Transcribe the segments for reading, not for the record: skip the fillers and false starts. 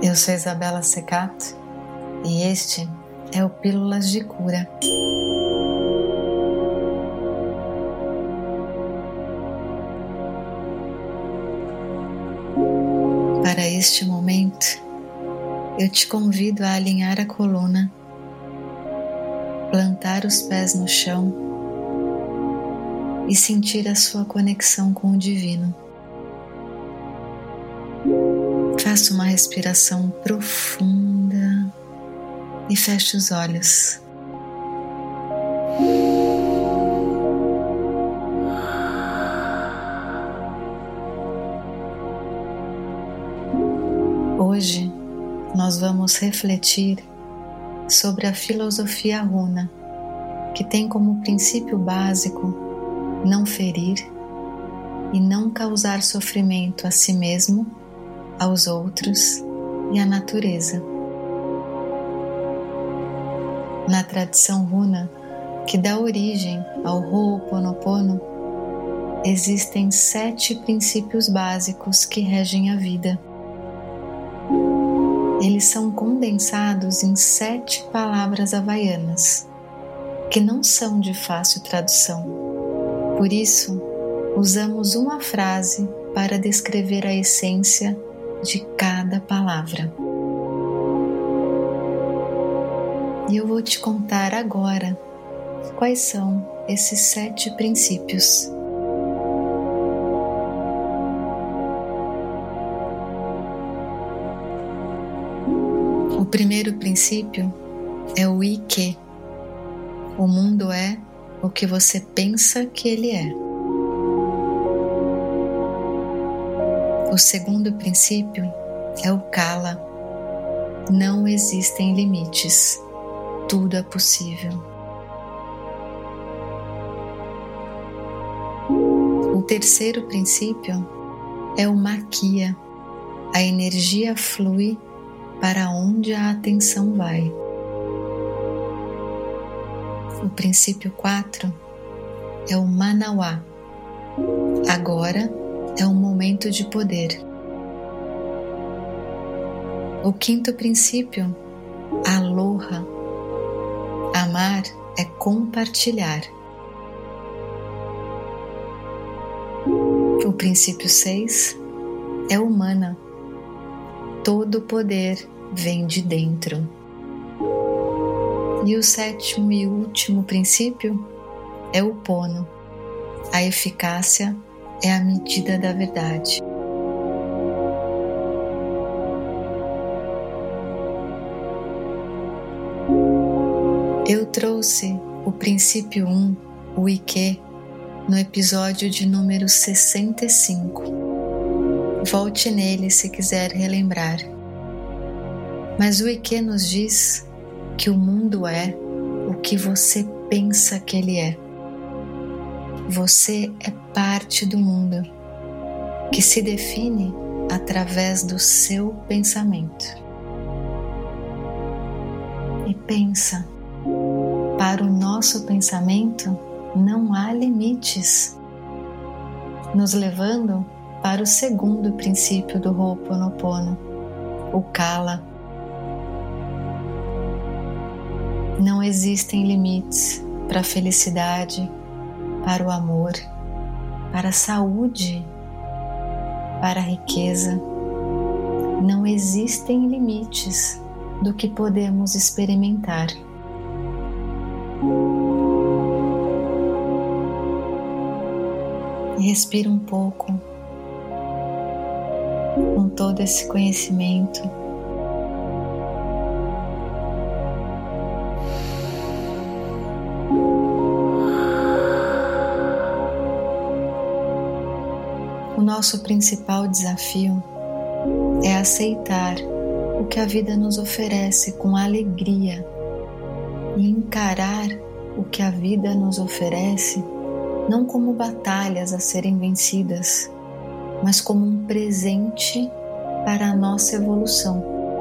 Eu sou Isabela Secato e este é o Pílulas de Cura. Para este momento, eu te convido a alinhar a coluna, plantar os pés no chão e sentir a sua conexão com o divino. Faça uma respiração profunda e feche os olhos. Hoje nós vamos refletir sobre a filosofia runa, que tem como princípio básico não ferir e não causar sofrimento a si mesmo, aos outros e à natureza. Na tradição runa, que dá origem ao Ho'oponopono, existem 7 princípios básicos que regem a vida. Eles são condensados em 7 palavras havaianas, que não são de fácil tradução. Por isso, usamos uma frase para descrever a essência de cada palavra. E eu vou te contar agora quais são esses 7 princípios. O primeiro princípio é o Ike. O mundo é o que você pensa que ele é. O segundo princípio é o Kala. Não existem limites. Tudo é possível. O terceiro princípio é o Maquia. A energia flui para onde a atenção vai. O princípio 4 é o Manawá. Agora é um momento de poder. O quinto princípio, Aloha. Amar é compartilhar. O princípio 6 é o Mana. Todo poder vem de dentro. E o sétimo e último princípio é o Pono. A eficácia é a medida da verdade. Eu trouxe o princípio 1, o Ike, no episódio de número 65. Volte nele se quiser relembrar. Mas o Ike nos diz que o mundo é o que você pensa que ele é. Você é parte do mundo, que se define através do seu pensamento. E pensa, para o nosso pensamento não há limites, nos levando para o segundo princípio do Ho'oponopono, o Kala. Não existem limites para a felicidade, para o amor, para a saúde, para a riqueza. Não existem limites do que podemos experimentar. Respira um pouco com todo esse conhecimento. O nosso principal desafio é aceitar o que a vida nos oferece com alegria e encarar o que a vida nos oferece não como batalhas a serem vencidas, mas como um presente para a nossa evolução.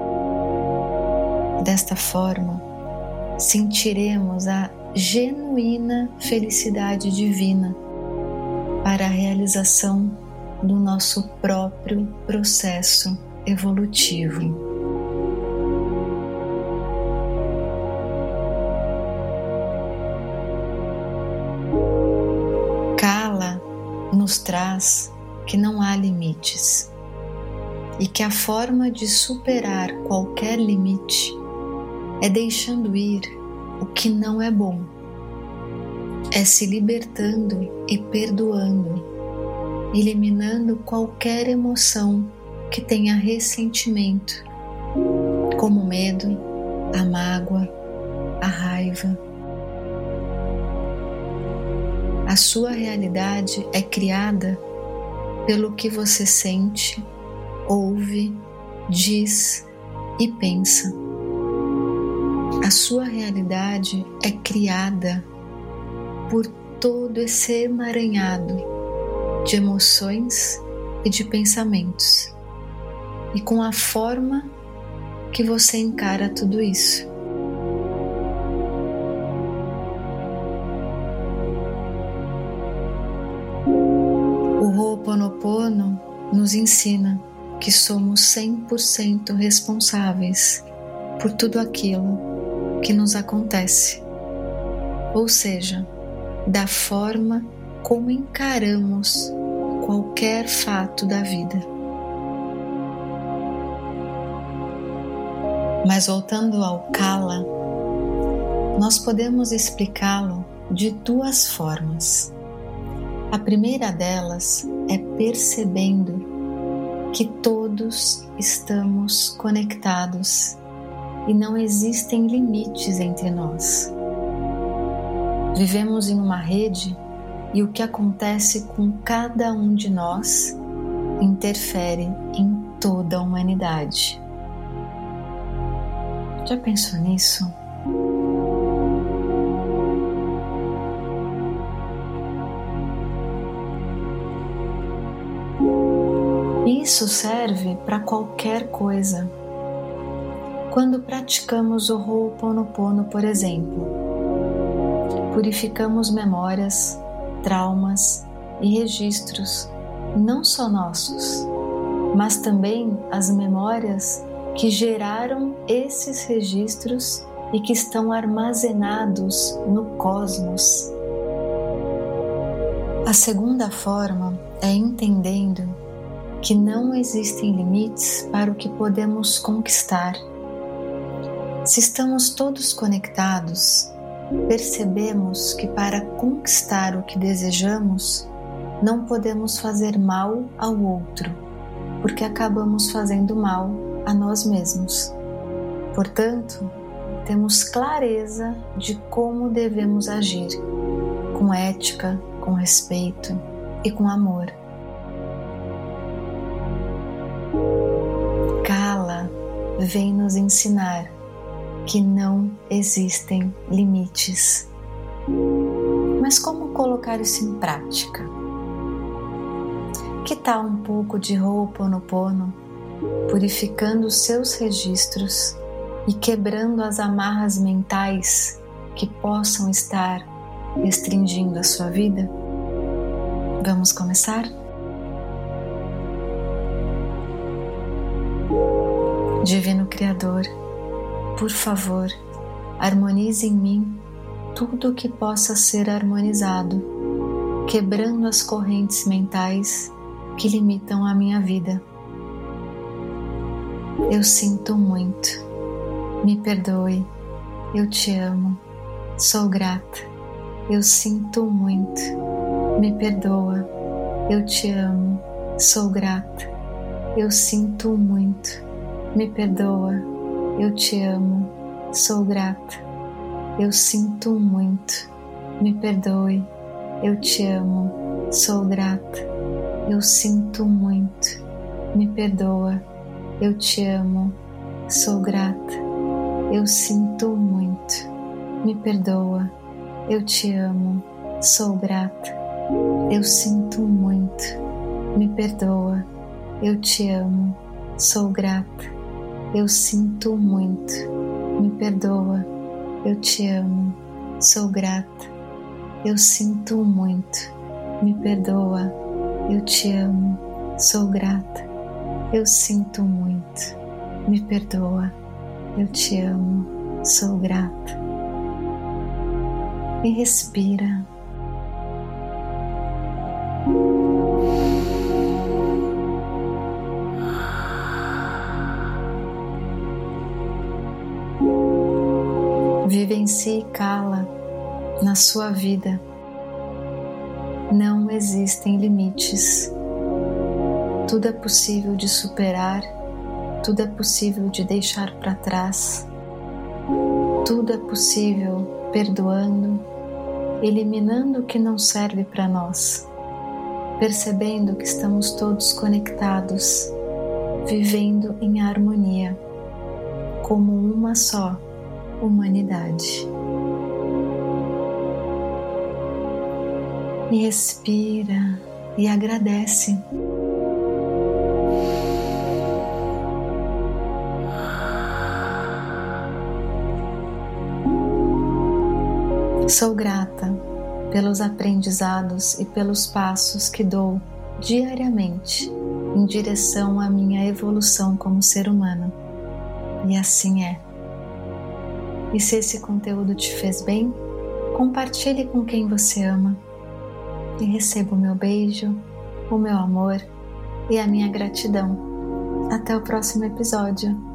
Desta forma, sentiremos a genuína felicidade divina para a realização do nosso próprio processo evolutivo. nos traz que não há limites e que a forma de superar qualquer limite é deixando ir o que não é bom, é se libertando e perdoando, eliminando qualquer emoção que tenha ressentimento, como o medo, a mágoa, a raiva. A sua realidade é criada pelo que você sente, ouve, diz e pensa. A sua realidade é criada por todo esse emaranhado de emoções e de pensamentos, e com a forma que você encara tudo isso. O Ho'oponopono nos ensina que somos 100% responsáveis por tudo aquilo que nos acontece, ou seja, da forma como encaramos qualquer fato da vida. Mas voltando ao Kala, nós podemos explicá-lo de duas formas. A primeira delas é percebendo que todos estamos conectados e não existem limites entre nós. Vivemos em uma rede e o que acontece com cada um de nós interfere em toda a humanidade. Já pensou nisso? Isso serve para qualquer coisa. Quando praticamos o Ho'oponopono, por exemplo, purificamos memórias, traumas e registros, não só nossos, mas também as memórias que geraram esses registros e que estão armazenados no cosmos. A segunda forma é entendendo que não existem limites para o que podemos conquistar. Se estamos todos conectados, percebemos que para conquistar o que desejamos, não podemos fazer mal ao outro, porque acabamos fazendo mal a nós mesmos. Portanto, temos clareza de como devemos agir, com ética, com respeito e com amor. Kala vem nos ensinar que não existem limites. Mas como colocar isso em prática? Que tal um pouco de Ho'oponopono, purificando os seus registros e quebrando as amarras mentais que possam estar restringindo a sua vida? Vamos começar? Divino Criador, por favor, harmonize em mim tudo o que possa ser harmonizado, quebrando as correntes mentais que limitam a minha vida. Eu sinto muito, me perdoe, eu te amo, sou grata, eu sinto muito, me perdoa, eu te amo, sou grata, eu sinto muito, me perdoa, eu te amo, sou grata, eu sinto muito, me perdoe, eu te amo, sou grata, eu sinto muito, me perdoa, eu te amo, sou grata, eu sinto muito, me perdoa, eu te amo, sou grata, eu sinto muito, me perdoa, eu te amo, sou grata, eu sinto muito, me perdoa, eu te amo, sou grata, eu sinto muito, me perdoa, eu te amo, sou grata, eu sinto muito, me perdoa, eu te amo, sou grata. E respira. vivencie Kala na sua vida. Não existem limites. Tudo é possível de superar, tudo é possível de deixar para trás, tudo é possível perdoando, eliminando o que não serve para nós, percebendo que estamos todos conectados, vivendo em harmonia, como uma só humanidade. E respira e agradece. Sou grata pelos aprendizados e pelos passos que dou diariamente em direção à minha evolução como ser humano. E assim é. E se esse conteúdo te fez bem, compartilhe com quem você ama. E receba o meu beijo, o meu amor e a minha gratidão. Até o próximo episódio.